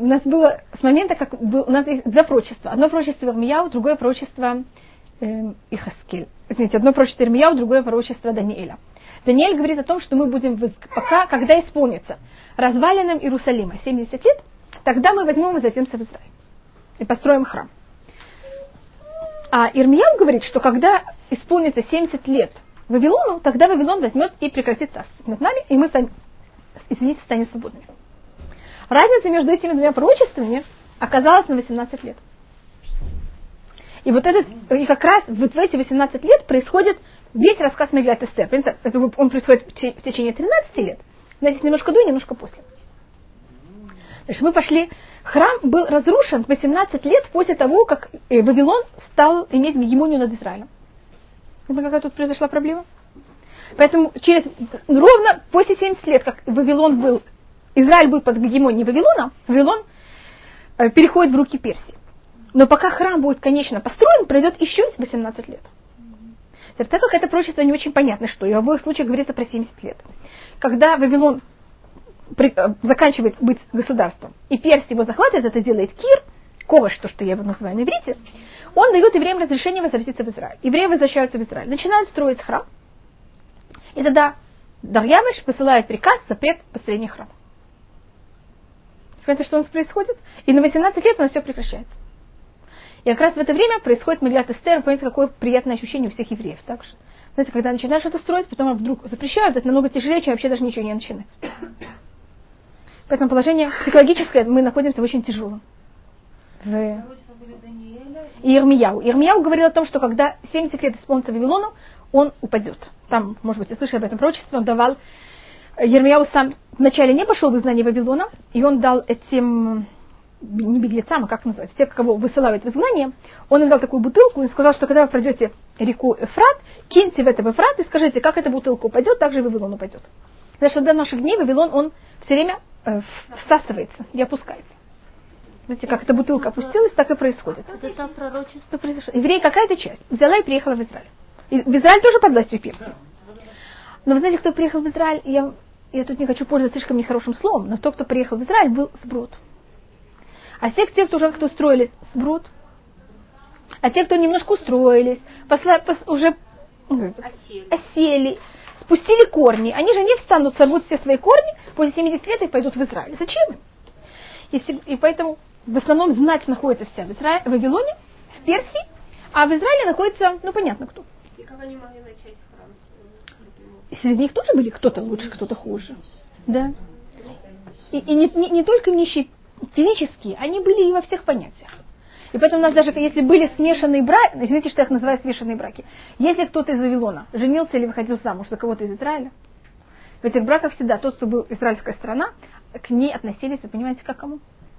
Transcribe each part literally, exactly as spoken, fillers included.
у нас было с момента, как был, у нас есть два пророчества. Одно пророчество Ирмияу, другое пророчество э, Ихаскель. Извините, одно пророчество Ирмияу, другое пророчество Даниэля. Даниэль говорит о том, что мы будем, пока, когда исполнится развалинам Иерусалима семьдесят лет, тогда мы возьмем и затемся в Израиль и построим храм. А Ирмияу говорит, что когда исполнится семьдесят лет Вавилону, тогда Вавилон возьмет и прекратит царство над нами, и мы, извините, станем свободными. Разница между этими двумя пророчествами оказалась на восемнадцать лет. И вот этот, и как раз вот в эти восемнадцать лет происходит весь рассказ Мегилат Эстер. Он происходит в течение тринадцати лет, знаете, немножко до и немножко после. Значит, мы пошли, храм был разрушен восемнадцать лет после того, как Вавилон стал иметь гегемонию над Израилем. Это какая тут произошла проблема? Поэтому через ровно после семидесяти лет, как Вавилон был, Израиль был под гегемонией Вавилона, Вавилон э, переходит в руки Персии. Но пока храм будет, конечно, построен, пройдет еще восемнадцать лет. Так как это пророчество не очень понятно, что, и в обоих случаях говорится про семьдесят лет. Когда Вавилон при, э, заканчивает быть государством, и Персия его захватывает, это делает Кир, Коваш, то, что я его называю на иврите, он дает евреям разрешение возвратиться в Израиль. Евреи возвращаются в Израиль, начинают строить храм, и тогда Дарьявиш посылает приказ, запрет построения храма. Понимаете, что у нас происходит? И на восемнадцать лет у нас все прекращается. И как раз в это время происходит Мегилат Эстер. Понимаете, какое приятное ощущение у всех евреев. Так же. Знаете, когда начинаешь что-то строить, потом вдруг запрещают, это намного тяжелее, чем вообще даже ничего не начинать. Поэтому положение психологическое мы находимся в очень тяжелом. В... И Ирмияу. Ирмияу говорил о том, что когда семьдесят лет исполнится Вавилону, он упадет. Там, может быть, вы слышали об этом пророчестве, он давал... Ирмияу сам вначале не пошел в изгнание Вавилона, и он дал этим, не беглецам, а как называется, те, кого высылают в изгнание, он им дал такую бутылку и сказал, что когда вы пройдете реку Эфрат, киньте в это в Эфрат и скажите, как эта бутылка упадет, так же и Вавилон упадет. Потому что до наших дней Вавилон, он все время э, всасывается и опускается. Видите, как эта бутылка опустилась, так и происходит. Это пророчество произошло. Евреи какая-то часть взяла и приехала в Израиль. И в Израиль тоже под властью Персии. Но вы знаете, кто приехал в Израиль, я, я тут не хочу пользоваться слишком нехорошим словом, но тот, кто приехал в Израиль, был сброд. А те, те кто уже кто устроились, сброд. А те, кто немножко устроились, посла, пос, уже осели. осели, спустили корни, они же не встанут, сорвут все свои корни, после семидесяти лет и пойдут в Израиль. Зачем им? И, и поэтому в основном знать находится вся в, Израиле, в Вавилоне, в Персии, а в Израиле находится, ну понятно кто. И как они могли начать храм? И среди них тоже были кто-то лучше, кто-то хуже. Да. И, и не, не, не только нищие физические, они были и во всех понятиях. И поэтому у нас даже, если были смешанные браки, извините, что я их называю смешанные браки, если кто-то из Вавилона женился или выходил замуж за кого-то из Израиля, в этих браках всегда тот, кто был израильская страна, к ней относились, вы понимаете, как кому?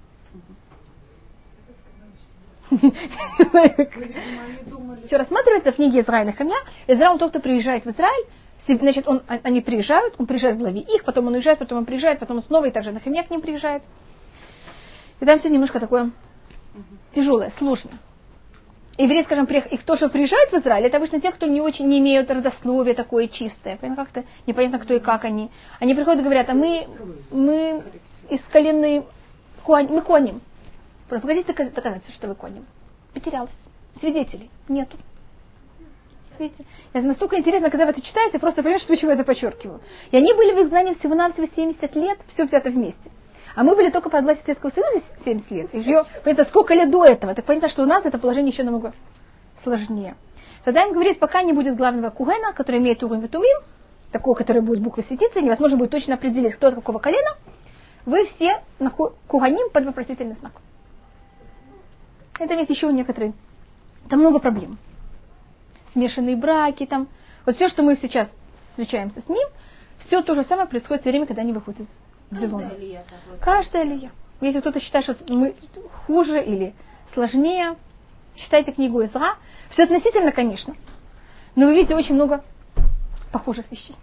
Все рассматривается в книге Израиля Хамья. Израиль, тот, кто приезжает в Израиль, значит, он, они приезжают, он приезжает в главе их, потом он уезжает, потом он приезжает, потом он снова, и также на Хамья к ним приезжает. И там все немножко такое тяжелое, сложное. Евреи, скажем, и кто же приезжает в Израиль, это обычно те, кто не очень не имеют родословия такое чистое. Понятно, как-то непонятно, кто и как они. Они приходят и говорят, а мы, мы из колены, мы коним. Покажите доказательства, что вы коним. Потерялось. Свидетелей нету. Видите? Это настолько интересно, когда вы это читаете, просто понимаете, почему я это подчеркиваю. И они были в изгнании всего-навсего семьдесят лет, все взято вместе. А мы были только под властью Советского Союза семьдесят лет. И ее, понятно, сколько лет до этого. Так понятно, что у нас это положение еще намного сложнее. Тогда им говорит, пока не будет главного кугена, который имеет урим и тумим, такого, который будет буквы светиться, невозможно будет точно определить, кто от какого колена, вы все куганим под вопросительный знак. Это есть еще некоторые. Там много проблем. Смешанные браки, там. Вот все, что мы сейчас встречаемся с ним, все то же самое происходит в то время, когда они выходят из Вавилона. Каждая лия. Если кто-то считает, что мы хуже или сложнее, читайте книгу Эзра. Все относительно, конечно. Но вы видите очень много похожих вещей.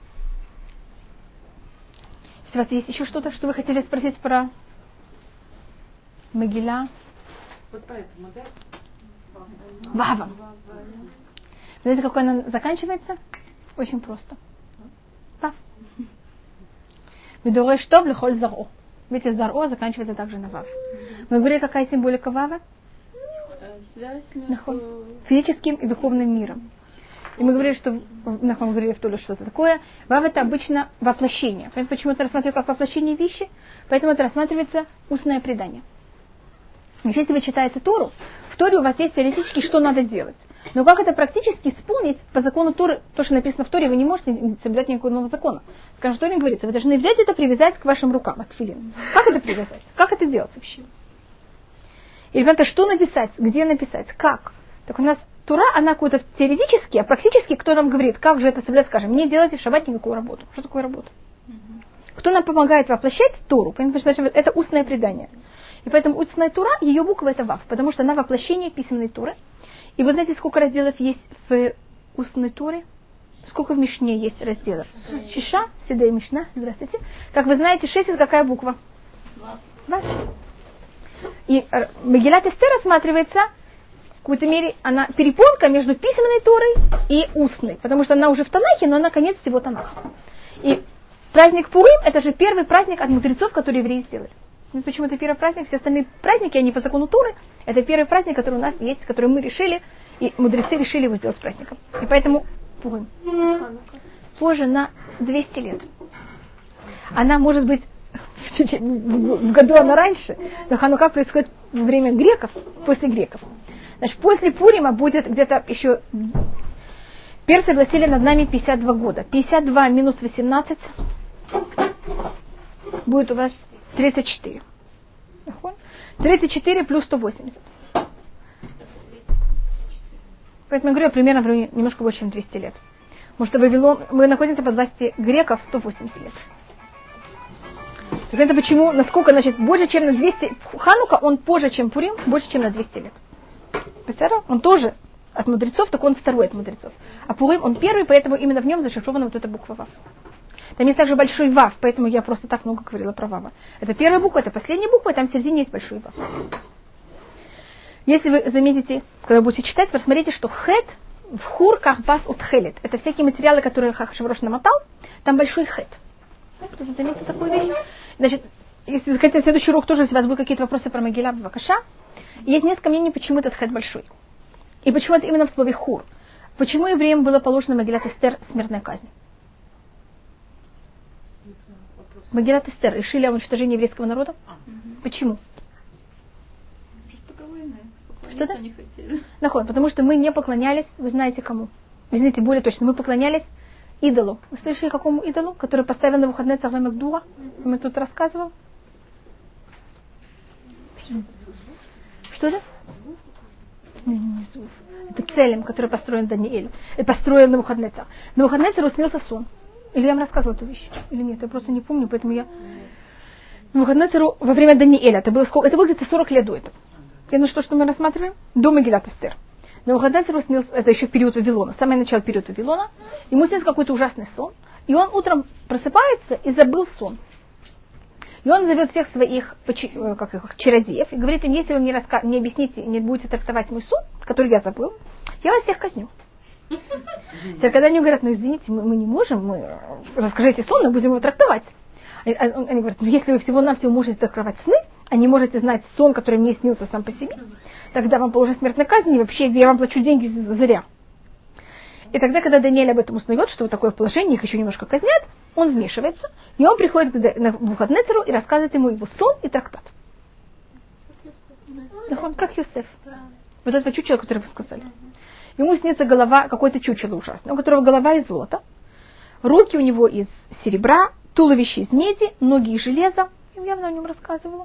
Если у вас есть еще что-то, что вы хотели спросить про Мегилла. Вот поэтому, да? Вава. Знаете, какой она заканчивается? Очень просто. Вав. Медореш тов лехоль заро. Видите, Зар-О заканчивается также на Вав. Мы говорили, какая символика Вава? Связь между физическим и духовным миром. И мы говорили, что мы говорили в Толе, что это такое. Вав это обычно воплощение. Понимаете, почему это рассматривается как воплощение вещи? Поэтому это рассматривается устное предание. Если вы читаете Тору, в Торе у вас есть теоретически, что надо делать. Но как это практически исполнить по закону Торы, то, что написано в Торе, вы не можете соблюдать никакого нового закона. Скажем, в Торе говорится, вы должны взять это, привязать к вашим рукам, от тфилин. Как это привязать? Как это делать вообще? И, ребята, что написать? Где написать? Как? Так у нас Тора, она какой-то теоретически, а практически кто нам говорит, как же это соблюдать, скажем, не делайте в шаббат никакую работу. Что такое работа? Кто нам помогает воплощать Тору? Понимаете, что это устное предание. И поэтому устная Тора, ее буква это Вав, потому что она воплощение письменной Торы. И вы знаете, сколько разделов есть в устной Торе? Сколько в Мишне есть разделов? Шиша, Седей Мишна, здравствуйте. Как вы знаете, шесть это какая буква? Вав. И Мегилат Эстер рассматривается, в какой-то мере, она перепонка между письменной Торой и устной, потому что она уже в Танахе, но она конец всего Танаха. И праздник Пурим – это же первый праздник от мудрецов, который евреи сделали. Ну, почему это первый праздник? Все остальные праздники, они по закону Торы. Это первый праздник, который у нас есть, который мы решили, и мудрецы решили его сделать праздником. И поэтому Пурим. Позже на двести лет. Она может быть в году она раньше, но Ханука происходит во время греков, после греков. Значит, после Пурима будет где-то еще... Персы властили над нами пятьдесят два года. пятьдесят два минус восемнадцать будет у вас тридцать четыре. тридцать четыре плюс сто восемьдесят. Поэтому я говорю, примерно в районе немножко больше, чем двести лет. Потому что Вавилон, мы находимся под властью греков сто восемьдесят лет. Это почему, насколько, значит, больше, чем на двести... Ханука, он позже, чем Пурим, больше, чем на двести лет. Представляете? Он тоже от мудрецов, так он второй от мудрецов. А Пурим, он первый, поэтому именно в нем зашифрована вот эта буква Вав. Там есть также большой Вав, поэтому я просто так много говорила про Вава. Это первая буква, это последняя буква, и там в середине есть большой Вав. Если вы заметите, когда будете читать, посмотрите, что Хет в Хур Кахбас Утхелет. Это всякие материалы, которые Хашаврош намотал, там большой Хет. Кто-то заметил такую вещь? Значит, если вы хотите, следующий урок тоже, если у вас будут какие-то вопросы про Могила Бавакаша, есть несколько мнений, почему этот Хет большой. И почему это именно в слове Хур. Почему евреям было положено Могилат Эстер смертная казнь? Могилат Эстер решили о уничтожении еврейского народа? Почему? Что-то? Нахуй, потому что мы не поклонялись, вы знаете кому? Вы знаете более точно, мы поклонялись идолу. Вы слышали, какому идолу? Который поставил на выходные Царве Магдуа? Мы тут рассказывал. Что это? Это Целем, который построен Даниэль. И построил на выходные Царь. На выходные Царь снился сон. Или я вам рассказывала эту вещь? Или нет? Я просто не помню, поэтому я... На выходные Царь во время Даниэля. Это было, сколько? Это было где-то сорок лет до этого. И ну что, что мы рассматриваем? До Мегилат Эстер. На выходные Царь снился, это еще период Вавилона, самое начало периода Вавилона. Ему снился какой-то ужасный сон. И он утром просыпается и забыл сон. И он зовет всех своих как их, чародеев и говорит им, если вы мне, раска... не объясните, не будете трактовать мой сон, который я забыл, я вас всех казню. Теперь, когда они говорят, ну извините, мы, мы не можем, мы расскажите сон, мы будем его трактовать. Они говорят, ну если вы всего-навсего можете трактовать сны, а не можете знать сон, который мне снился сам по себе, тогда вам положена смертная казнь, и вообще я вам плачу деньги зря. И тогда, когда Даниэль об этом узнает, что вот такое положение, их еще немножко казнят, он вмешивается, и он приходит к Навуходоносору и рассказывает ему его сон и трактат. Он как Йосеф. Вот это чучело, которое вы сказали. Ему снится голова, какое-то чучело ужасное, у которого голова из золота, руки у него из серебра, туловище из меди, ноги из железа. Я явно о нем рассказывала.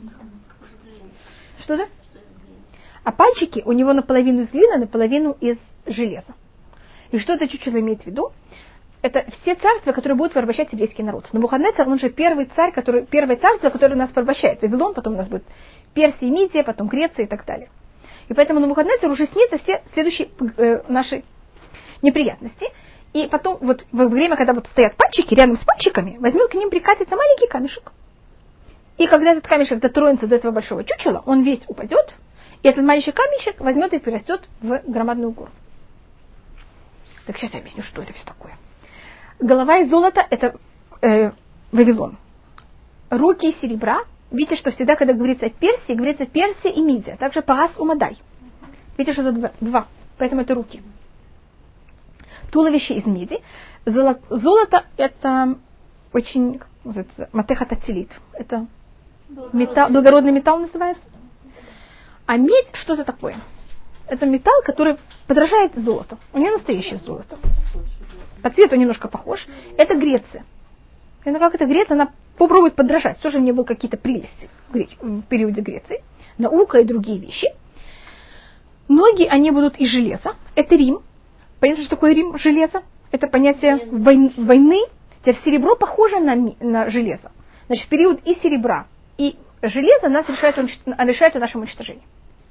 Что да? А пальчики у него наполовину из глины, наполовину из железа. И что это чучело имеет в виду? Это все царства, которые будут порабощать еврейский народ. Навуходоносор, он же первый царь, который, первое царство, которое нас порабощает. Вавилон, потом у нас будет Персия, Мидия, потом Греция и так далее. И поэтому Навуходоносор уже снится все следующие э, наши неприятности. И потом, вот во время, когда вот стоят пальчики, рядом с пальчиками, возьмет к ним прикатится маленький камешек. И когда этот камешек дотронется до этого большого чучела, он весь упадет, и этот маленький камешек возьмет и перерастет в громадную гору. Так сейчас я объясню, что это все такое. Голова из золота – это э, Вавилон. руки серебра. Видите, что всегда, когда говорится о Персии, говорится Персия и Мидия. Также Паас Умадай. Видите, что это два, два. Поэтому это руки. Туловище из меди. Золото, золото это очень, как называется, матехатацилит. Это металл, благородный металл называется. А медь, что это такое? Это металл, который подражает золоту. У нее настоящее золото. По цвету немножко похож. Это Греция. И как это Греция, она попробует подражать. Тоже у нее были какие-то прелести в периоде Греции. Наука и другие вещи. Ноги, они будут из железа. Это Рим. Понятно, что такое Рим? Железо. Это понятие войны. войны. Теперь серебро похоже на, на железо. Значит, в период и серебра, и железа нас решает, решает о нашем уничтожении.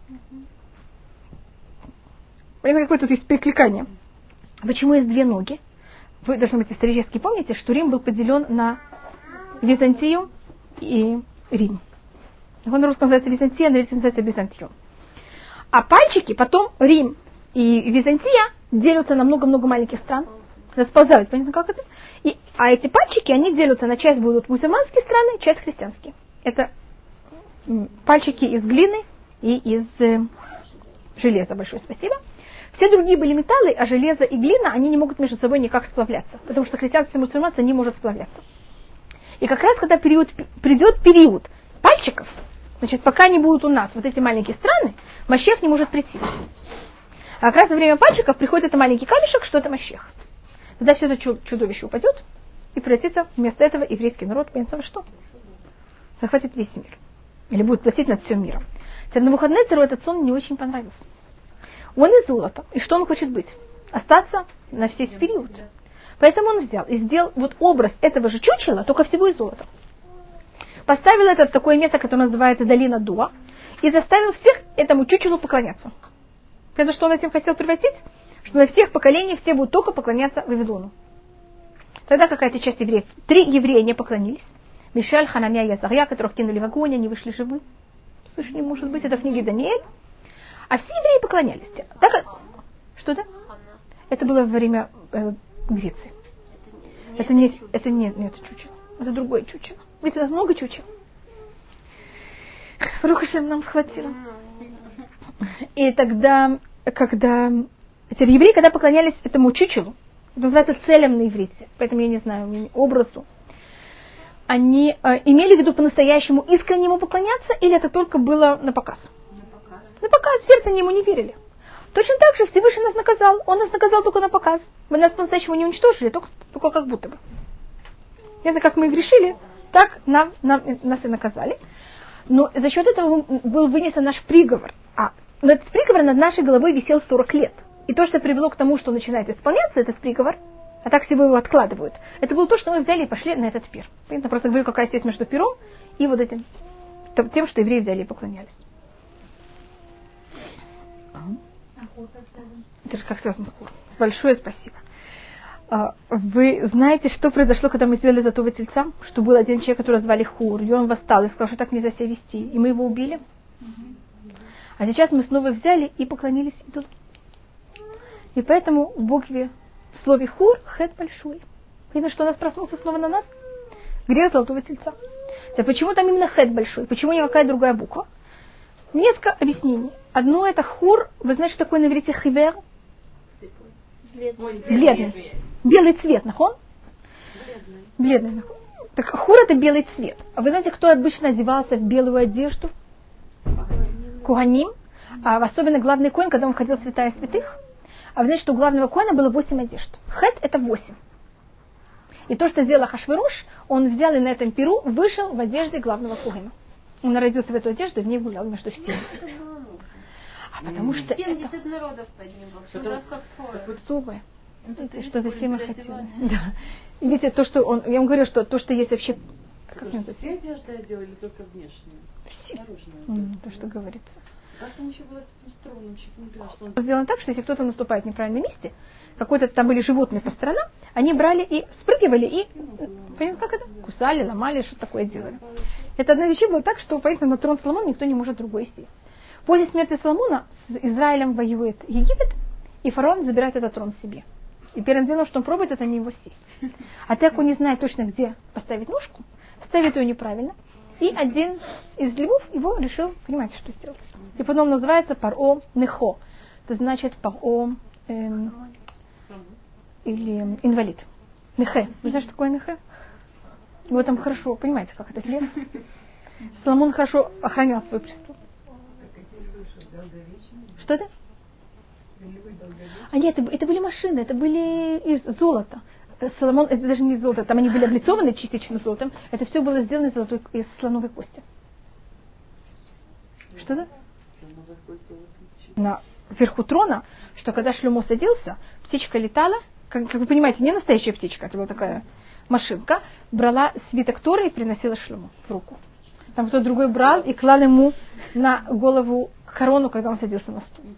Понимаете, какое тут есть перекликание? Почему есть две ноги? Вы, должны быть, исторически помните, что Рим был поделен на Византию и Рим. Он на русском называется Византия, на иврите называется Византион. А пальчики потом Рим и Византия делятся на много-много маленьких стран. Расползают, понятно, как это? И, а эти пальчики, они делятся на часть будут мусульманские страны, часть христианские. Это м, пальчики из глины и из э, железа. Большое спасибо. Все другие были металлы, а железо и глина, они не могут между собой никак сплавляться. Потому что христианство и мусульманство не может сплавляться. И как раз, когда период, придет период пальчиков, значит, пока не будут у нас вот эти маленькие страны, Машех не может прийти. А как раз во время пальчиков приходит этот маленький камешек, что это Машех. Тогда все это чудовище упадет и превратится вместо этого еврейский народ, понятно во что? Захватит весь мир. Или будет властить над всем миром. Теперь Навуходоносору этот сон не очень понравился. Он из золота. И что он хочет быть? Остаться на весь период. Поэтому он взял и сделал вот образ этого же чучела, только всего из золота. Поставил это в такое место, которое называется Долина Дуа, и заставил всех этому чучелу поклоняться. Это что он этим хотел превратить? Что на всех поколениях все будут только поклоняться Вавилону. Тогда какая-то часть евреев, три еврея не поклонились. Мишель, Хананя и Азарья, которых кинули в огонь, они вышли живы. Слышь, не может быть, это в книге Даниэль. А все евреи поклонялись. Так, что это? Это было во время э, Греции. Это не, это не, не это чучело. Это другое чучело. Ведь у нас много чучел. Рухашем нам хватило. И тогда, когда эти евреи, когда поклонялись этому чучелу, это называется целям на иврите, поэтому я не знаю, образу, они э, имели в виду по-настоящему искренне ему поклоняться, или это только было на показ? На показ. На показ, в сердце ему не верили. Точно так же Всевышний нас наказал. Он нас наказал только на показ. Мы нас по-настоящему не уничтожили, только, только как будто бы. Это как мы и грешили, так нам, нам, нас и наказали. Но за счет этого был вынесен наш приговор. А этот приговор над нашей головой висел сорок лет. И то, что привело к тому, что начинает исполняться этот приговор, а так всего его откладывают, это было то, что мы взяли и пошли на этот пир. Я просто говорю, какая связь между пиром и вот этим, тем, что евреи взяли и поклонялись. Это же как связано с Хур. Большое спасибо. Вы знаете, что произошло, когда мы сделали золотого тельца? Что был один человек, которого звали Хур, и он восстал и сказал, что так нельзя себя вести. И мы его убили. А сейчас мы снова взяли и поклонились идолу. И поэтому в букве, в слове Хур, хет большой. Видно, что у нас проснулся снова на нас грех золотого тельца. А почему там именно хет большой? Почему не какая другая буква? Несколько объяснений. Одно это Хур. Вы знаете, что такое на иврите хивер? Бледный. Бледный. Белый цвет, нахон? Бледный. Бледный. Так Хур это белый цвет. А вы знаете, кто обычно одевался в белую одежду? Куаним. А особенно главный коэн, когда он ходил в святая святых. А вы знаете, что у главного коэна было восемь одежд. Хет это восемь. И то, что сделал Ахашверош, он взял и на этом пиру вышел в одежде главного коэна. Он народился в эту одежду и в ней гулял между всеми. А потому что семьдесят народов под ним было. Субы. Это что-то все мы хотели. Да. Видите, то, что он... Я вам говорю, что то, что есть вообще... Как все одежды делали, только внешние? Все. Mm, то, что говорится. Как он еще был этим струнным щеком? Сделано так, что если кто-то наступает в неправильном месте, какой-то там были животные по сторонам, они брали и спрыгивали, и, понятно, как это? Кусали, ломали, что такое делали. Это одна вещь была так, что, понятно, на трон Соломона никто не может другой сесть. После смерти Соломона с Израилем воюет Египет, и фараон забирает этот трон себе. И первым делом, что он пробует, это не его сесть. А так он не знает точно, где поставить ножку, ставит ее неправильно. И один из львов его решил, понимаете, что сделать. И потом называется паро нехо. Это значит паро эм, или инвалид. Нехе. Вы знаете, что такое нехе? Вы там хорошо, понимаете, как это лев. Соломон хорошо охранял свой престол. Что это? А нет, это, это были машины, это были из золота. Соломон, это даже не золото, там они были облицованы частично золотом. Это все было сделано из, золотой, из слоновой кости. Что это? На верху трона, что когда Шломо садился, птичка летала, как, как вы понимаете, не настоящая птичка, это была такая машинка, брала свиток Торы и приносила Шломо в руку. Там кто-то другой брал и клал ему на голову корону, когда он садился на стул.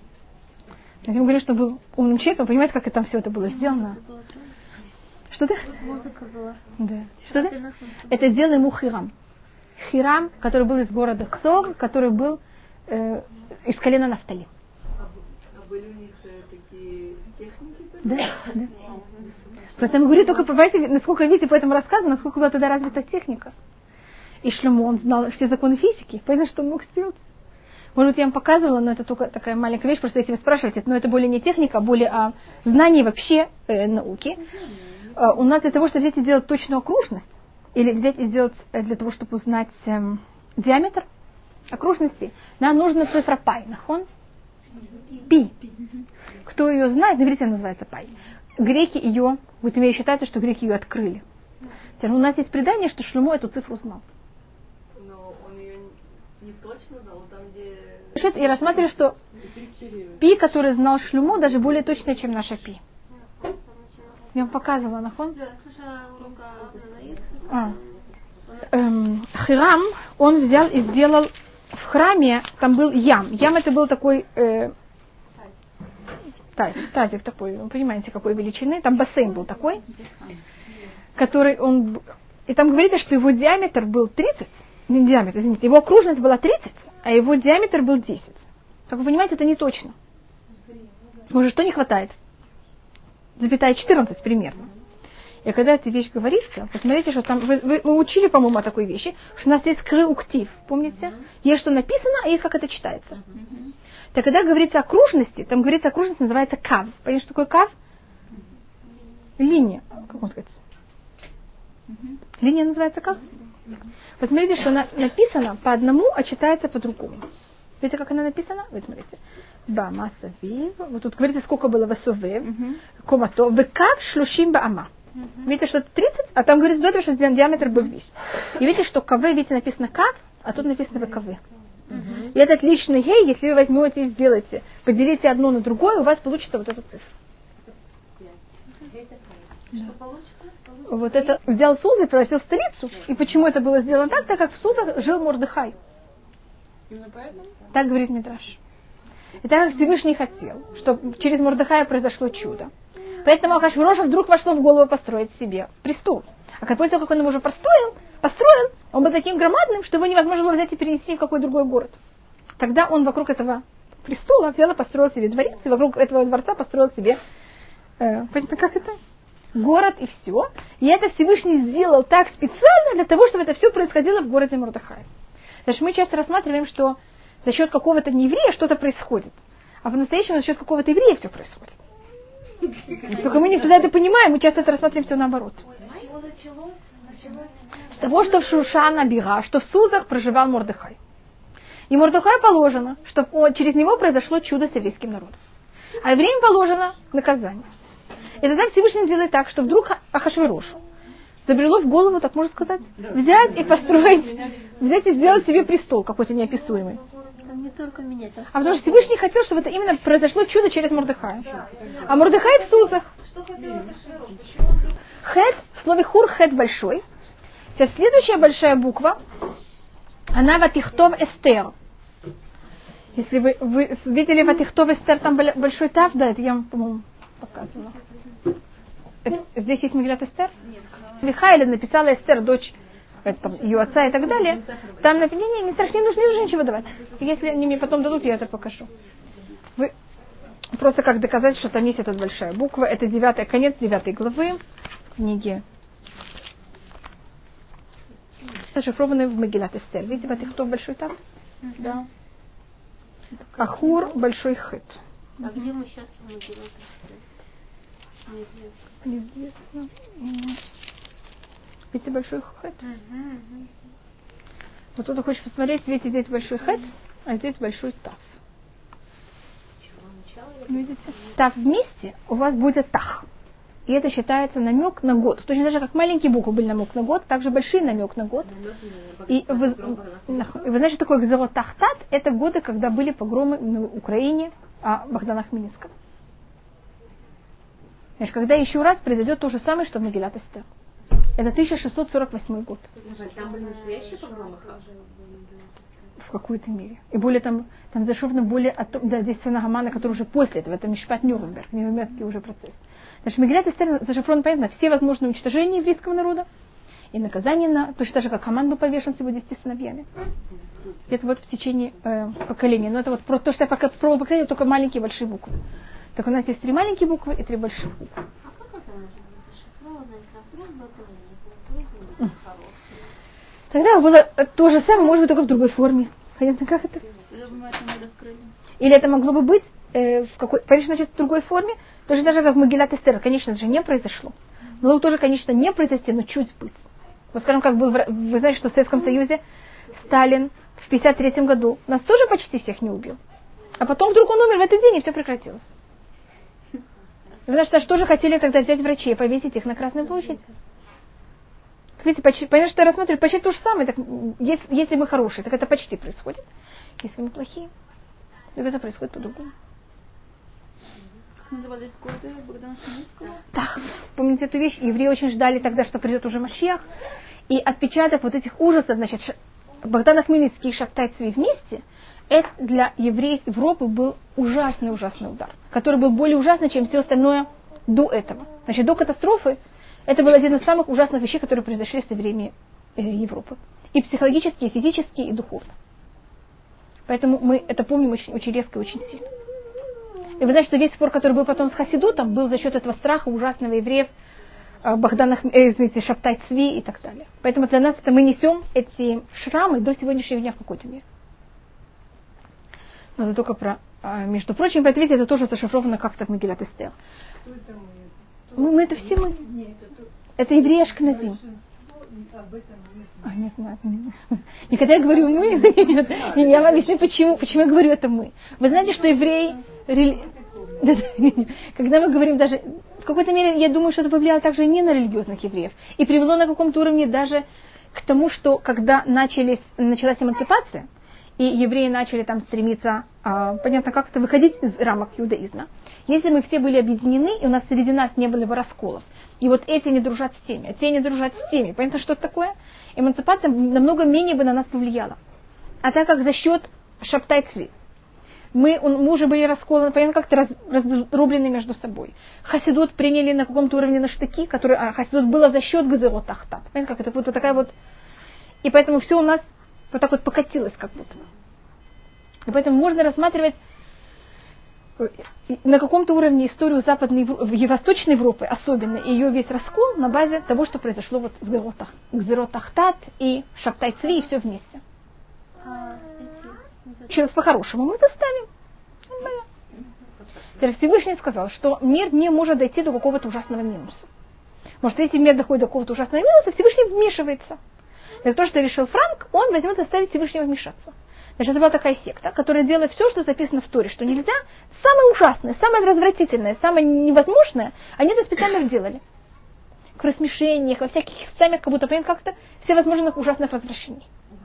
Я ему говорю, что был умным человеком, понимаете, как это там все это было сделано? Что-то? Музыка была. Да. Что-то? Это сделал ему Хирам. Хирам, который был из города Ксор, который был э, из колена Нафтали. А были у них такие техники? Да, да. Поэтому говорю, только понимаете, насколько видите по этому рассказу, насколько была тогда развита техника. И Шломо, он знал все законы физики, поэтому что он мог сделать. Может быть, я вам показывала, но это только такая маленькая вещь, просто если вы спрашиваете, но это более не техника, а более о знании вообще э, науки. Э, у нас для того, чтобы взять и сделать точную окружность, или взять и сделать э, для того, чтобы узнать э, диаметр окружности, нам нужно цифра пай, нахон? Пи. Кто ее знает, на иврите называется пай. Греки ее, вот мне считается, что греки ее открыли. Теперь у нас есть предание, что Шломо эту цифру знал. Но он ее не точно знал, там где... Я рассматриваю, что пи, который знал Шломо, даже более точно, чем наша пи. Я вам показывала, нахон? Да, слушала урока А. Эм, Хирам, он взял и сделал в храме, там был ям. Ям это был такой э, тазик, тазик такой, вы понимаете, какой величины. Там бассейн был такой, который он... И там говорится, что его диаметр был тридцать, не диаметр, извините, его окружность была тридцать, а его диаметр был десять. Как вы понимаете, это не точно. Может, что не хватает? Запятая четырнадцать примерно. И когда эта вещь говорится, посмотрите, что там, вы, вы, вы учили, по-моему, о такой вещи, что у нас есть кры-уктив, помните? Mm-hmm. Есть что написано, а есть как это читается. Mm-hmm. Так когда говорится о окружности, там говорится о окружности, называется кав. Понимаете, что такое кав? Mm-hmm. Линия. Как можно сказать? Mm-hmm. Линия называется кав? Mm-hmm. Посмотрите, что она написана по одному, а читается по-другому. Видите, как она написана? Вы смотрите. Ба, масса, вив. Вот тут говорится, сколько было васовев, комато, векав шлушим баама. Uh-huh. Видите, что это тридцать, а там говорится до этого, что диаметр был десять. И видите, что КВ, видите, написано КАВ, а тут написано ВКВ. Uh-huh. И этот личный гей, если вы возьмете и сделаете, поделите одно на другое, у вас получится вот эту цифру. Да. Вот это взял Суза и превратил в столицу. И почему это было сделано так? Так как в Сузах жил Мордехай. Так говорит Мидраш. И так как Всевышний хотел, чтобы через Мордехая произошло чудо, поэтому Ахашвирошу вдруг вошло в голову построить себе престол. А после того, как он его уже построил, построил, он был таким громадным, что его невозможно было взять и перенести в какой другой город. Тогда он вокруг этого престола взял и построил себе дворец, и вокруг этого дворца построил себе, э, понятно, как это? Город и все. И это Всевышний сделал так специально для того, чтобы это все происходило в городе Мордехай. Значит, мы часто рассматриваем, что за счет какого-то нееврея что-то происходит, а по-настоящему за счет какого-то еврея все происходит. Только мы не всегда это понимаем, мы часто это рассматриваем все наоборот. С того, что в Шушана Бира, что в Сузах проживал Мордехай. И Мордехаю положено, что через него произошло чудо с еврейским народом. А евреям положено наказание. И тогда Всевышний делает так, что вдруг Ахашвирошу забрело в голову, так можно сказать, взять и построить, взять и сделать себе престол какой-то неописуемый. Не только меня. А потому что Всевышний хотел, чтобы это именно произошло чудо через Мордехая. А Мордехай в Сузах. Хет, в слове хур хет большой. Сейчас следующая большая буква, она ватихтов эстер. Если вы, вы видели ватихтов эстер, там большой тав, да, это я вам, по-моему, показывала. Это, здесь есть Мегилат Эстер? Михаила написала Эстер, дочь это, ее отца и так далее. Там написано, не, не страшно, не нужно, не нужно ничего давать. Если они мне потом дадут, я это покажу. Вы просто как доказать, что там есть эта большая буква. Это девятый, конец девятой главы книги зашифрованы в Мегилат Эстер. Видите, вот их кто большой там? Да. Ахур, большой хет. А где мы сейчас в Мегилат Эстер? Неизвестно. Неизвестно. Видите, большой хет? Угу, угу. Вот кто-то хочет посмотреть, видите, здесь большой хет, а здесь большой тав. Видите? Тав вместе у вас будет тах. И это считается намек на год. Точно так же, как маленькие буквы были намек на год, также большие намек на год. И вы, вы знаете, что такое Гзерот Тахтат? Это годы, когда были погромы на Украине, а Богдана Хмельницкого. Значит, когда еще раз произойдет то же самое, что в Мегилат Эстер. Это тысяча шестьсот сорок восьмой год. Там были настоящие погромы? В какой-то мере. И более там, там зашифровано более, да, здесь сына Гамана, который уже после этого, это Мишпат Нюрнберг, Нюрнбергский уже процесс. Значит, в Мегилат Эстер зашифровано, понятно, все возможные уничтожения еврейского народа и наказание на, точно так же, как Хаман был повешен с его десяти сыновьями. Это вот в течение э, поколения. Но это вот просто то, что я пока пробовала показать, только маленькие и большие буквы. Так у нас есть три маленькие буквы и три большие буквы. А как это может быть зашифровано, если просьба была не Тогда было то же самое, может быть, только в другой форме. Понятно, как это? Или это могло бы быть э, в какой, конечно, значит, в другой форме, тоже даже как в Мегилат Эстер, конечно же, не произошло. Могло тоже, конечно, не произойти, но чуть быть. Вот скажем, как был, вы знаете, что в Советском Союзе Сталин в пятьдесят третьем году нас тоже почти всех не убил. А потом вдруг он умер в этот день, и все прекратилось. Вы знаете, что тоже хотели тогда взять врачей и повесить их на Красной площади. Видите, почти, понятно, что я рассматриваю почти то же самое. Так, если, если мы хорошие, так это почти происходит. Если мы плохие, то это происходит по-другому. Как назывались годы Богдана Хмельницкого? Так, помните эту вещь? Евреи очень ждали тогда, что придет уже Машиах. И отпечаток вот этих ужасов, значит, Богдан Хмельницкий и Шабтай Цви вместе, это для евреев Европы был ужасный-ужасный удар, который был более ужасный, чем все остальное до этого. Значит, до катастрофы это был один из самых ужасных вещей, которые произошли с евреями э, Европы. И психологически, и физически, и духовно. Поэтому мы это помним очень, очень резко и очень сильно. И вы знаете, что весь спор, который был потом с Хасидутом, был за счет этого страха ужасного евреев, э, Богдана, э, извините, Шабтай Цви и так далее. Поэтому для нас это мы несем эти шрамы до сегодняшнего дня в какой-то мере. Но это только про... Э, между прочим, видите, это тоже зашифровано как-то в Мегилат Эстер. Мы, мы это все мы. Это евреи Ашкеназим. А, не знаю. И когда я говорю мы, нет, я вам объясню, почему, почему я говорю это мы. Вы знаете, что евреи... Когда мы говорим даже... В какой-то мере, я думаю, что это повлияло также и не на религиозных евреев. И привело на каком-то уровне даже к тому, что когда начались, началась эмансипация, и евреи начали там стремиться, а, понятно, как-то выходить из рамок иудаизма. Если мы все были объединены, и у нас среди нас не было бы расколов, и вот эти не дружат с теми, а те не дружат с теми, понятно, что это такое? Эмансипация намного менее бы на нас повлияла. А так как за счет Шабтай Цви мы, мы уже были расколаны, понятно, как-то раз, разрублены между собой. Хасидут приняли на каком-то уровне на штыки, которые, а Хасидут было за счет Гзерот Тахтат. Понятно, как это вот такая вот... И поэтому все у нас вот так вот покатилось как будто. И поэтому можно рассматривать на каком-то уровне историю Западной и Восточной Европы, особенно ее весь раскол на базе того, что произошло вот с Гзерот Тахтат и Шабтай Цви, и все вместе. А, Сейчас по-хорошему мы это ставим. Теперь Всевышний сказал, что мир не может дойти до какого-то ужасного минуса. Может, если мир доходит до какого-то ужасного минуса, Всевышний вмешивается. Это то, что решил Франк, он возьмет и заставит Всевышнего вмешаться. Значит, это была такая секта, которая делает все, что записано в Торе, что нельзя. Самое ужасное, самое развратительное, самое невозможное, они это специально сделали. В рассмешениях, во всяких самих, как будто, понятно, как-то все возможных ужасных развращений.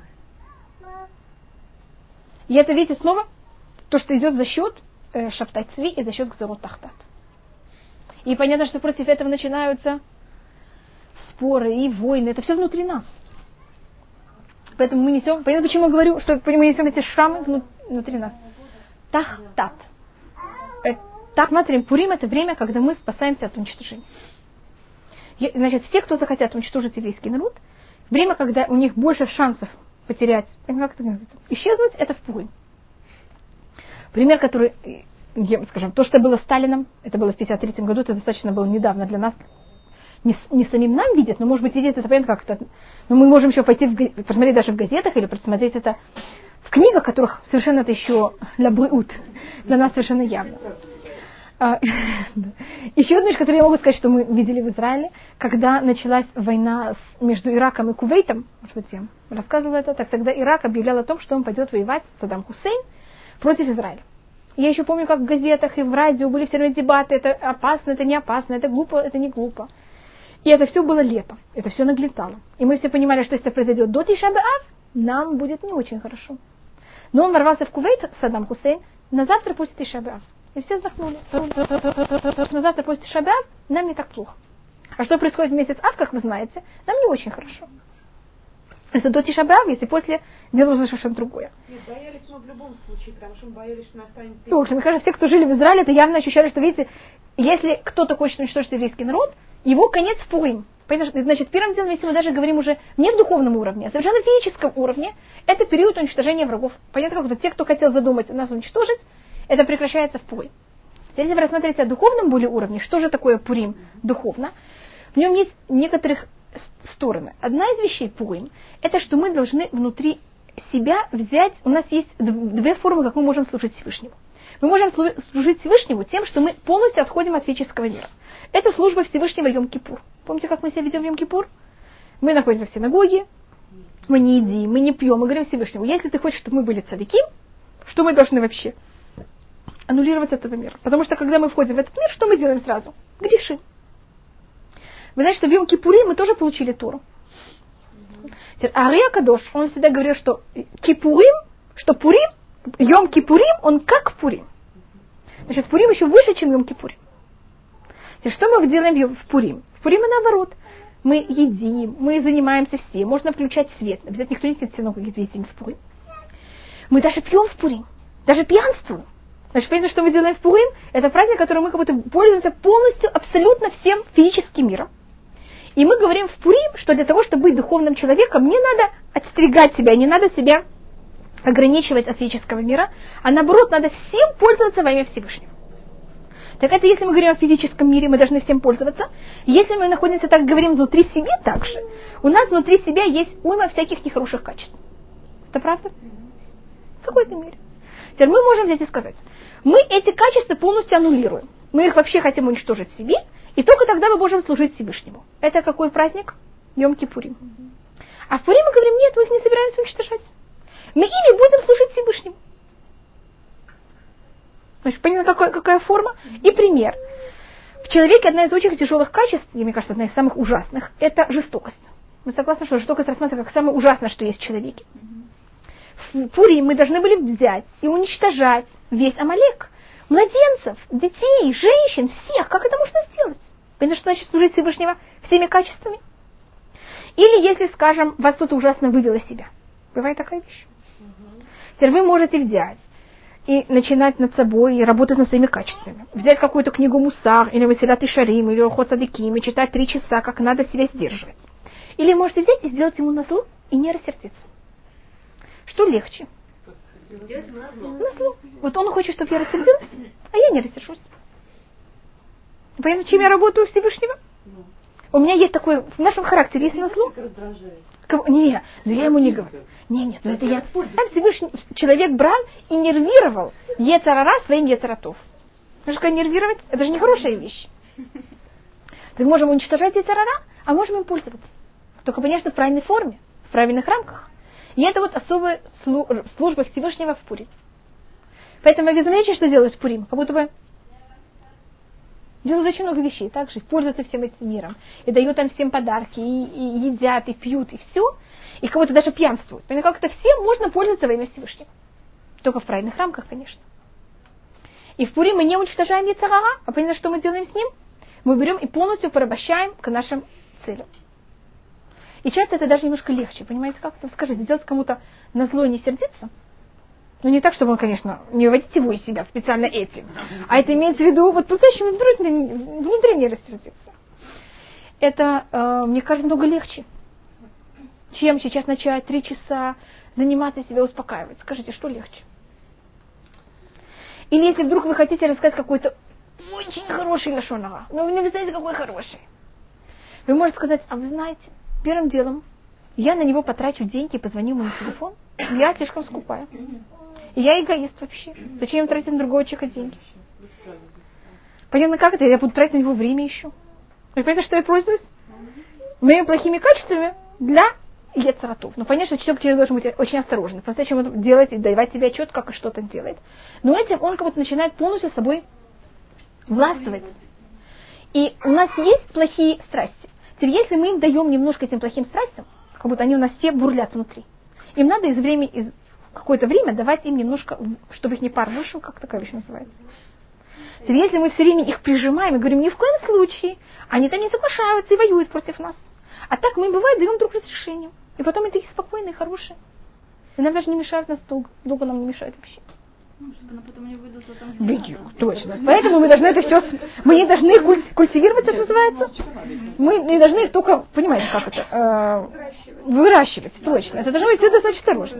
И это, видите, снова то, что идет за счет э, Шабтай Цви и за счет Гзерот Тахтат. И понятно, что против этого начинаются споры и войны. Это все внутри нас. Поэтому мы несем, понятно, почему я говорю, что мы несем эти шрамы внутри нас. Тахтат. Так, смотрим, Пурим — это время, когда мы спасаемся от уничтожения. Значит, все, кто захотят уничтожить еврейский народ, время, когда у них больше шансов потерять, как это называется, исчезнуть, это в Пурим. Пример, который, скажем, то, что было Сталином, это было в пятьдесят третьем году, это достаточно было недавно для нас, не, не самим нам видят, но, может быть, видят это, понятно, как-то. Но мы можем еще пойти, в, посмотреть даже в газетах или посмотреть это в книгах, которых совершенно это еще ля бриут, для нас совершенно явно. А, еще одна вещь, которую я могу сказать, что мы видели в Израиле, когда началась война с, между Ираком и Кувейтом, может быть, я рассказывала это, так тогда Ирак объявлял о том, что он пойдет воевать с Саддам Хусейн против Израиля. Я еще помню, как в газетах и в радио были все время дебаты, это опасно, это не опасно, это глупо, это не глупо. И это все было лето, это все наглетало. И мы все понимали, что если это произойдет до Тиша б'Ав, нам будет не очень хорошо. Но он ворвался в Кувейт, Саддам Хусейн, на завтра после Тиша б'Ав. И все вздохнули. На завтра после Тиша б'Ав нам не так плохо. А что происходит в месяц Ав, как вы знаете, нам не очень хорошо. Если до Тиша б'Ав, если после, дело уже совершенно другое. Нет, боялись мы в любом случае, потому что мы боялись, что настанет... Слушай, мне кажется, все, кто жили в Израиле, это явно ощущали, что, видите, если кто-то хочет уничтожить еврейский народ, его конец в Пурим. Значит, первым делом, если мы даже говорим уже не в духовном уровне, а совершенно физическом уровне, это период уничтожения врагов. Понятно, как-то те, кто хотел задумать нас уничтожить, это прекращается в Пурим. Если вы рассмотрите о духовном более уровне, что же такое Пурим духовно, в нем есть некоторых стороны. Одна из вещей Пурим, это что мы должны внутри себя взять, у нас есть две формы, как мы можем служить Всевышнему. Мы можем служить Всевышнему тем, что мы полностью отходим от физического мира. Это служба Всевышнего Йом-Кипур. Помните, как мы себя ведем в Йом-Кипур? Мы находимся в синагоге, мы не едим, мы не пьем, мы говорим Всевышнему, если ты хочешь, чтобы мы были цадики, что мы должны вообще? Аннулировать этого мира. Потому что, когда мы входим в этот мир, что мы делаем сразу? Грешим. Вы знаете, что в Йом-Кипуре мы тоже получили Тору. Ария Кадош, он всегда говорил, что Кипурим, что Пурим, Йом-Кипурим, он как Пурим. Значит, Пурим еще выше, чем Йом-Кипурим. Что мы делаем в Пурим? В Пурим и наоборот. Мы едим, мы занимаемся всем. Можно включать свет. Обязательно никто не сидит в синагоге, едим в Пурим. Мы даже пьем в Пурим. Даже пьянствуем. Значит, понятно, что мы делаем в Пурим? Это праздник, которым мы как будто пользуемся полностью, абсолютно всем физическим миром. И мы говорим в Пурим, что для того, чтобы быть духовным человеком, не надо отстригать себя, не надо себя ограничивать от физического мира, а наоборот, надо всем пользоваться во имя Всевышнего. Так это если мы говорим о физическом мире, мы должны всем пользоваться. Если мы находимся, так говорим, внутри себя также, у нас внутри себя есть уйма всяких нехороших качеств. Это правда? В какой-то мере. Теперь мы можем взять и сказать, мы эти качества полностью аннулируем. Мы их вообще хотим уничтожить в себе, и только тогда мы можем служить Всевышнему. Это какой праздник? Йом-Кипурим. А в Пурим мы говорим, нет, мы их не собираемся уничтожать. Мы ими будем служить Всевышнему. Значит, понятно, какая, какая форма? И пример. В человеке одна из очень тяжелых качеств, и мне кажется, одна из самых ужасных, это жестокость. Мы согласны, что жестокость рассматривается как самое ужасное, что есть в человеке. В Пурим мы должны были взять и уничтожать весь Амалек. Младенцев, детей, женщин, всех. Как это можно сделать? Понятно, что значит служить Всевышнего всеми качествами? Или если, скажем, вас кто-то ужасно вывело себя. Бывает такая вещь. Теперь вы можете взять и начинать над собой и работать над своими качествами. Взять какую-то книгу Мусар, или Месилат Ишарим, или Орхот Цадиким, и читать три часа, как надо себя сдерживать. Или можете взять и сделать ему назло и не рассердиться. Что легче? Назло. Вот он хочет, чтобы я рассердилась, а я не рассержусь. Понятно, чем я работаю у Всевышнего? У меня есть такое, в нашем характере есть назло. Не, но я ему не говорю. Не, нет, но это я. Там Всевышний человек брал и нервировал ецарара своим ецаратов. Знаешь, как нервировать? Это же не хорошая вещь. Мы можем уничтожать ецарара, а можем им пользоваться. Только, конечно, в правильной форме, в правильных рамках. И это вот особая служба Всевышнего в Пурим. Поэтому вы знаете, что делают в Пурим? Как будто бы делают очень много вещей, также пользуются всем этим миром. И дают там всем подарки, и, и едят, и пьют, и все. И кого-то даже пьянствуют. Поэтому как-то всем можно пользоваться во имя Всевышнего. Только в правильных рамках, конечно. И в Пурим мы не уничтожаем ецарара, а понятно, что мы делаем с ним? Мы берем и полностью порабощаем к нашим целям. И часто это даже немножко легче, понимаете, как это? Скажите, сделать кому-то назло и не сердиться? Ну, не так, чтобы он, конечно, не выводить его из себя специально этим. А это имеется в виду, вот по-настоящему внутри, внутри не рассердиться. Это, э, мне кажется, много легче, чем сейчас начать три часа заниматься себя успокаивать. Скажите, что легче? Или если вдруг вы хотите рассказать какой-то очень хороший лашон ара, но вы не знаете, какой хороший. Вы можете сказать, а вы знаете, первым делом я на него потрачу деньги, позвоню ему на телефон, я слишком скупая. И я эгоист вообще. Зачем тратить на другого человека деньги? Понятно, как это? Я буду тратить на него время еще. Вы понимаете, что я пользуюсь? Моими плохими качествами для ецаратов. Ну, понятно, что человек должен быть очень осторожен. По-настоящему он делать и давать себе отчет, как и что-то делает. Но этим он как будто начинает полностью собой властвовать. И у нас есть плохие страсти. Теперь, если мы им даем немножко этим плохим страстям, как будто они у нас все бурлят внутри, им надо из времени, из какое-то время давать им немножко, чтобы их не пар вышел, как такая вещь называется. Теперь, если мы все время их прижимаем и говорим, ни в коем случае, они там не соглашаются и воюют против нас. А так мы, бывает, даем друг разрешение. И потом они такие спокойные, хорошие. И нам даже не мешают нас долго. Долго нам не мешают вообще. Ну, чтобы она потом не выдала там. Бедю, точно. Поэтому мы должны это все, мы не должны их культивировать, это называется. Мы не должны их только, понимаете, как это, э, выращивать, точно. Это должно быть все достаточно осторожно.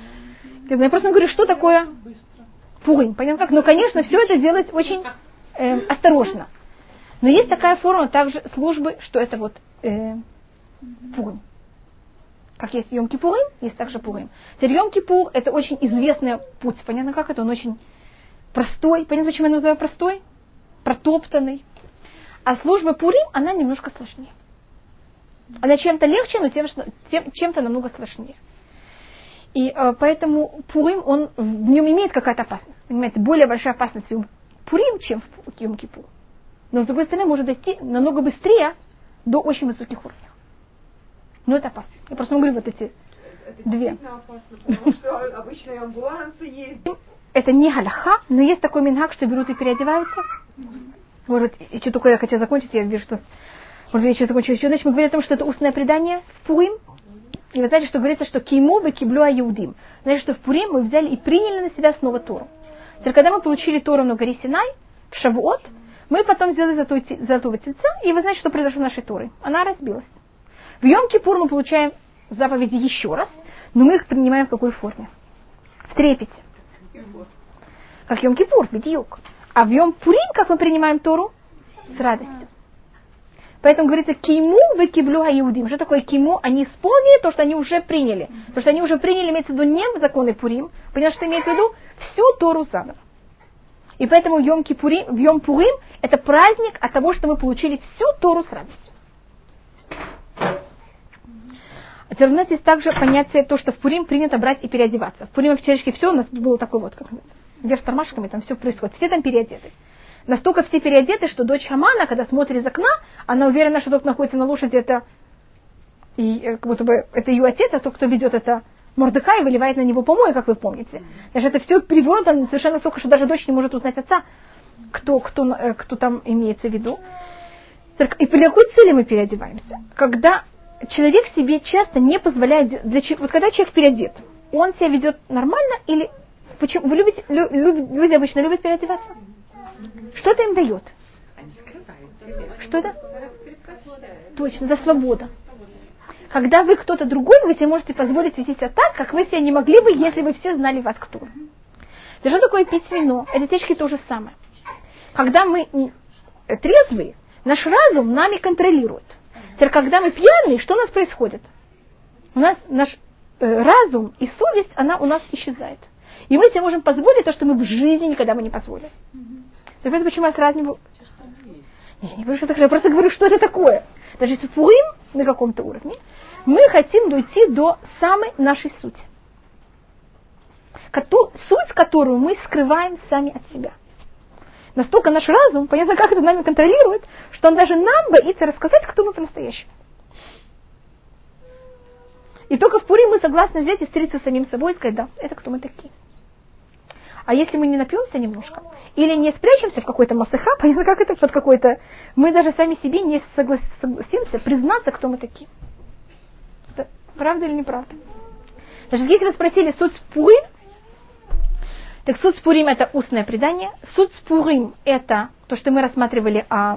Я просто говорю, что такое Пурим, понятно как? Но, конечно, все это делать очень э, осторожно. Но есть такая форма также службы, что это вот э, Пурим. Как есть Йом-Кипурим, есть также Пурим. Теперь Йом-Кипур – это очень известный путь. Понятно как это? Он очень простой. Понятно, почему я называю простой? Протоптанный. А служба Пурим, она немножко сложнее. Она чем-то легче, но тем, тем, чем-то намного сложнее. И э, поэтому Пурим, он, в нем имеет какая-то опасность. Понимаете, более большая опасность в Пурим, чем в Йом-Кипур. Но, с другой стороны, может дойти намного быстрее до очень высоких уровней. Но это опасно. Я просто говорю вот эти это две. Опасно, потому что обычные амбулансы есть. Это не галаха, но есть такой минхаг, что берут и переодеваются. Может, еще только я хотела закончить, я вижу, что... Может, я еще закончу еще. Значит, мы говорим о том, что это устное предание в Пурим. И вы знаете, что говорится, что кеймо вы киблю аюдим. Значит, что в Пурим мы взяли и приняли на себя снова Тору. Теперь, когда мы получили Тору на горе Синай, в Шавуот, мы потом сделали золотого тельца, и вы знаете, что произошло с нашей Торой? Она разбилась. В Йом-Кипур мы получаем заповеди еще раз, но мы их принимаем в какой форме? В трепете. Как Йом-Кипур, бедиюк. А в Йом-Пурим, как мы принимаем Тору? С радостью. Поэтому говорится, киму вы киблю аюдим. Что такое киму? Они исполнили то, что они уже приняли. Потому что они уже приняли, имеется в виду не законы Пурим, понимаешь, что имеется в виду? Всю Тору заново. И поэтому в Йом-Кипурим, в Йом-Пурим это праздник от того, что мы получили всю Тору с радостью. А теперь у нас есть также понятие, то, что в Пурим принято брать и переодеваться. В Пурим в все у нас было такой вот, как вверх с тормашками, там все происходит. Все там переодеты. Настолько все переодеты, что дочь Хамана, когда смотрит из окна, она уверена, что тот, кто находится на лошади, это, и, как будто бы, это ее отец, а тот, кто ведет, это Мордехай, выливает на него помой, как вы помните. Даже это все перевернуто совершенно настолько, что даже дочь не может узнать отца, кто, кто, кто там имеется в виду. И при какой цели мы переодеваемся? Когда человек себе часто не позволяет, для, вот когда человек переодет, он себя ведет нормально или почему? Вы любите, лю, люб, люди обычно любят переодеваться? Что это им дает? Что это? Точно, это свобода. Когда вы кто-то другой, вы себе можете позволить вести себя так, как вы себя не могли бы, если бы все знали вас кто. Что такое пить вино? Это течки то же самое. Когда мы трезвые, наш разум нами контролирует. Теперь, когда мы пьяные, что у нас происходит? У нас наш э, разум и совесть, она у нас исчезает. И мы себе можем позволить то, что мы в жизни никогда бы не позволили. Так это почему я сравниваю... Не, не говорю, что такое, я просто говорю, что это такое. Даже если Пурим на каком-то уровне, мы хотим дойти до самой нашей сути. Коту, суть, которую мы скрываем сами от себя. Настолько наш разум, понятно, как это нами контролирует, что он даже нам боится рассказать, кто мы по-настоящему. И только в Пурим мы согласны взять и встретиться с самим собой и сказать, да, это кто мы такие. А если мы не напьемся немножко, или не спрячемся в какой-то масыха, понятно, как это, под какой-то, мы даже сами себе не соглас, согласимся признаться, кто мы такие. Это правда или неправда? Даже если вы спросили суд Пурим, так суд Пурим это устное предание, суд Пурим это то, что мы рассматривали о,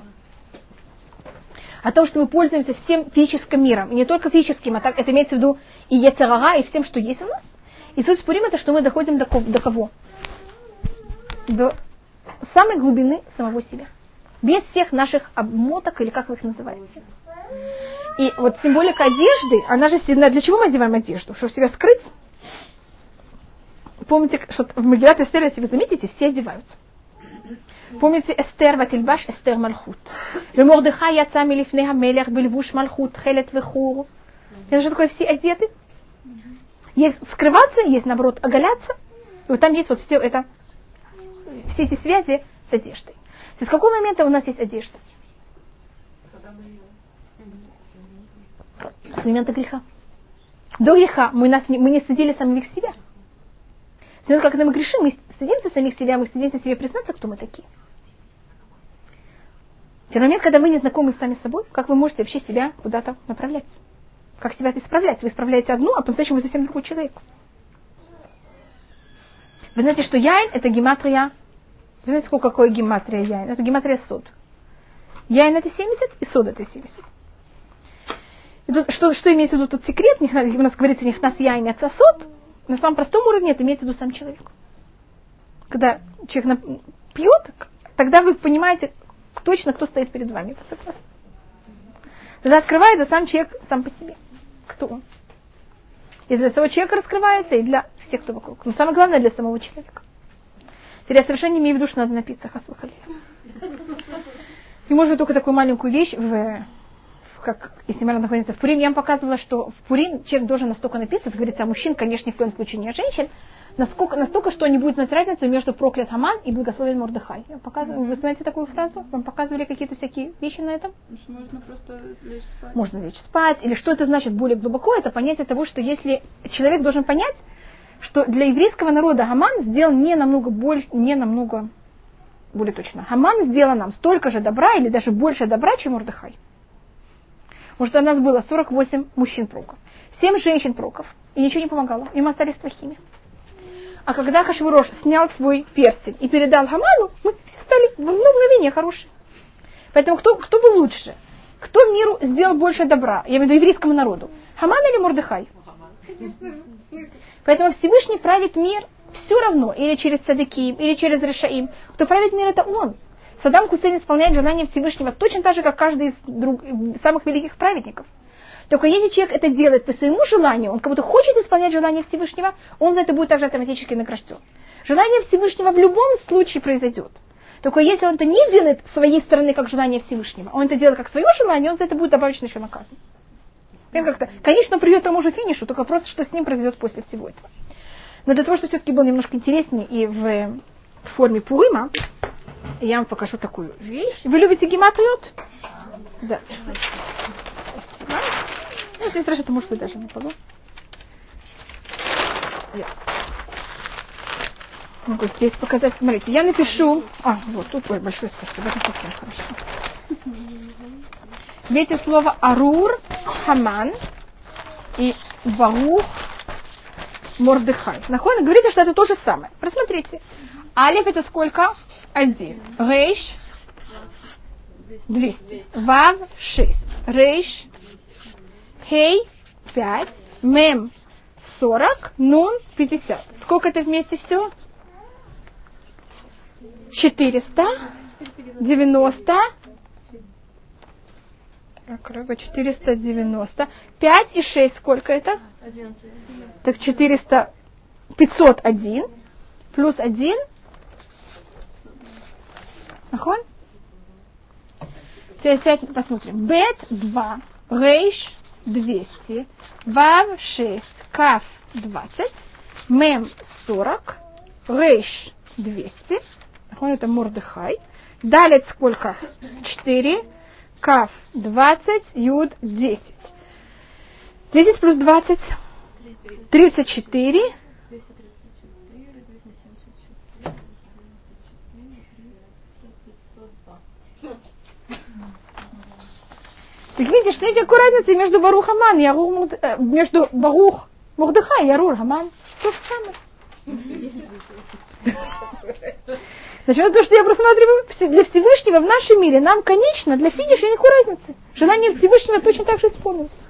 о том, что мы пользуемся всем физическим миром, и не только физическим, а так это имеется в виду и йецер гара, и всем, что есть у нас. И суд Пурим это, что мы доходим до, до кого? До самой глубины самого себя. Без всех наших обмоток, или как вы их называете. И вот символика одежды, она же всегда... Для чего мы одеваем одежду? Чтобы себя скрыть? Помните, что в Мегилат Эстер, если вы заметите, все одеваются. Помните Эстер ватильбаш Эстер Мальхут. Вемордехай яца милифней хамелех бельвуш Мальхут хелет вехур. Это же такое, все одеты. Есть скрываться, есть, наоборот, оголяться. И вот там есть вот все это, все эти связи с одеждой. С какого момента у нас есть одежда? С момента греха. До греха мы, нас не, мы не стыдили самих себя. С момента, когда мы грешим, мы стыдимся самих себя, мы стыдимся себе признаться, кто мы такие. В момент, когда вы не знакомы сами с собой, как вы можете вообще себя куда-то направлять? Как себя исправлять? Вы исправляете одну, а по-настоящему вы совсем другой человек. Вы знаете, что яйн – это гематрия. Вы знаете, сколько какое гематрия яйн? Это гематрия сод. Яйн – это семьдесят, и сод – это семьдесят. И тут, что, что имеется в виду тут секрет? У нас говорится, них нас яйн, отца сод. На самом простом уровне это имеется в виду сам человек. Когда человек пьет, тогда вы понимаете точно, кто стоит перед вами. Тогда открывается сам человек сам по себе. Кто он? И для самого человека раскрывается, и для всех, кто вокруг. Но самое главное, для самого человека. Теперь я совершенно не имею в виду, что надо напиться хас-вахалиль. И может быть только такую маленькую вещь, в, как если Мара находится в Пурим, я вам показывала, что в Пурим человек должен настолько напиться, это говорится о мужчин, конечно, ни в коем случае не о женщин, насколько, настолько, что не будет знать разницу между проклят Хаман и благословен Мордехай. Я показываю, вы знаете такую фразу? Вам показывали какие-то всякие вещи на этом? Можно просто лечь спать. Можно лечь спать. Или что это значит более глубоко? Это понятие того, что если человек должен понять, что для еврейского народа Хаман сделал не намного больше, не намного, более точно, Хаман сделал нам столько же добра или даже больше добра, чем Мордехай. Может, у нас было сорок восемь мужчин-пророков, семь женщин-пророков, и ничего не помогало. Им остались плохими. А когда Ахашвирош снял свой перстень и передал Хаману, мы стали в мгновение хорошие. Поэтому кто, кто был лучше? Кто миру сделал больше добра? Я имею в виду еврейскому народу. Хаман или Мордехай? Поэтому Всевышний правит мир все равно. Или через Цадиким, или через Решаим. Кто правит мир, это он. Саддам Хусейн исполняет желание Всевышнего точно так же, как каждый из друг, самых великих праведников. Только если человек это делает по своему желанию, он как будто хочет исполнять желание Всевышнего, он за это будет также автоматически награжден. Желание Всевышнего в любом случае произойдет. Только если он это не делает с своей стороны, как желание Всевышнего, он это делает как свое желание, он за это будет добавочно еще наказан. Как-то, конечно, придет к тому же финишу, только просто, что с ним произойдет после всего этого. Но для того, чтобы все-таки было немножко интереснее и в форме Пурима, я вам покажу такую вещь. Вы любите гематриот? Да. Ну, если страшно, то может быть даже на полу. Я могу здесь показать. Смотрите, я напишу... А, вот тут, ой, большое спасибо. Это совсем хорошо. Видите слово Арур, Хаман и Барух, Мордехай. Находится, говорите, что это то же самое. Просмотрите. Алиф это сколько? Один. Рейш двести. Вав шесть. Рейш Хей пять. Мем сорок. Нун пятьдесят. Сколько это вместе все? Четыреста девяносто. четыреста девяносто. пять и шесть сколько это? одиннадцать. Так четыреста. пятьсот один. Плюс один. Нахон? Теперь посмотрим. Бет два. Рейш двести. Вав шесть. Каф двадцать. Мем сорок. Рейш двести. Нахон это Мордехай. Далее сколько? четыре. Каф двадцать. Юд десять. десять плюс двадцать. тридцать четыре. Так видишь, нет никакой разницы между Барух Хаман и Арур, э, между Барух Мордехай и Арур Хаман. То же самое. Значит, то, что я просматриваю для Всевышнего в нашем мире, нам, конечно, для финиша никакой разницы. Желание Всевышнего точно так же исполнилось.